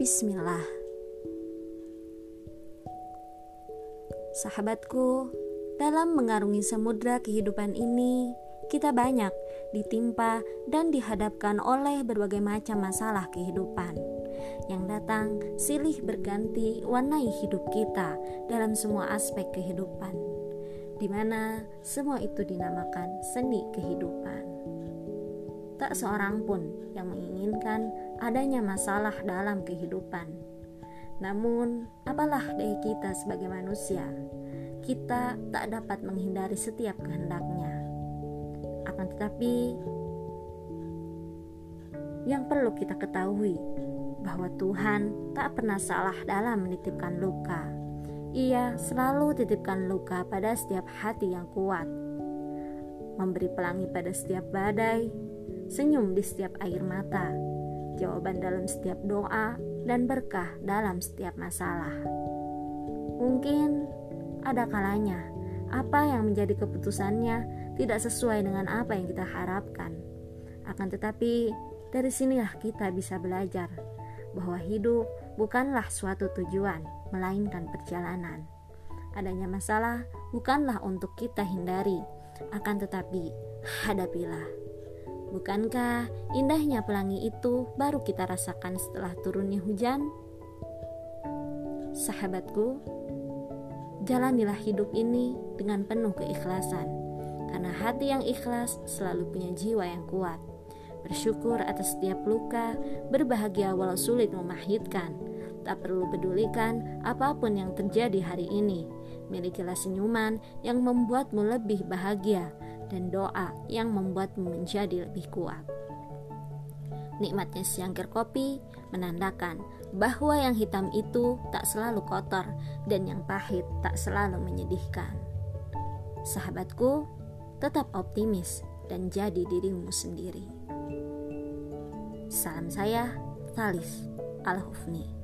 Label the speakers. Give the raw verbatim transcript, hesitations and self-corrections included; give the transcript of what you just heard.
Speaker 1: Bismillah. Sahabatku, dalam mengarungi samudra kehidupan ini, kita banyak ditimpa dan dihadapkan oleh berbagai macam masalah kehidupan yang datang silih berganti warnai hidup kita dalam semua aspek kehidupan, di mana semua itu dinamakan seni kehidupan. Tak seorang pun yang menginginkan adanya masalah dalam kehidupan. Namun, apalah daya kita sebagai manusia, kita tak dapat menghindari setiap kehendaknya. Akan tetapi, yang perlu kita ketahui bahwa Tuhan tak pernah salah dalam menitipkan luka. Ia selalu titipkan luka pada setiap hati yang kuat, memberi pelangi pada setiap badai, senyum di setiap air mata, jawaban dalam setiap doa, dan berkah dalam setiap masalah. Mungkin ada kalanya apa yang menjadi keputusannya tidak sesuai dengan apa yang kita harapkan. Akan tetapi, dari sinilah kita bisa belajar bahwa hidup bukanlah suatu tujuan, melainkan perjalanan. Adanya masalah bukanlah untuk kita hindari, akan tetapi hadapilah. Bukankah indahnya pelangi itu baru kita rasakan setelah turunnya hujan? Sahabatku, jalanilah hidup ini dengan penuh keikhlasan, karena hati yang ikhlas selalu punya jiwa yang kuat. Bersyukur atas setiap luka, berbahagia walau sulit memahitkan. Tak perlu pedulikan apapun yang terjadi hari ini. Milikilah senyuman yang membuatmu lebih bahagia, dan doa yang membuatmu menjadi lebih kuat. Nikmatnya secangkir kopi menandakan bahwa yang hitam itu tak selalu kotor dan yang pahit tak selalu menyedihkan. Sahabatku, tetap optimis dan jadi dirimu sendiri. Salam saya, Thalys Al-Hufni.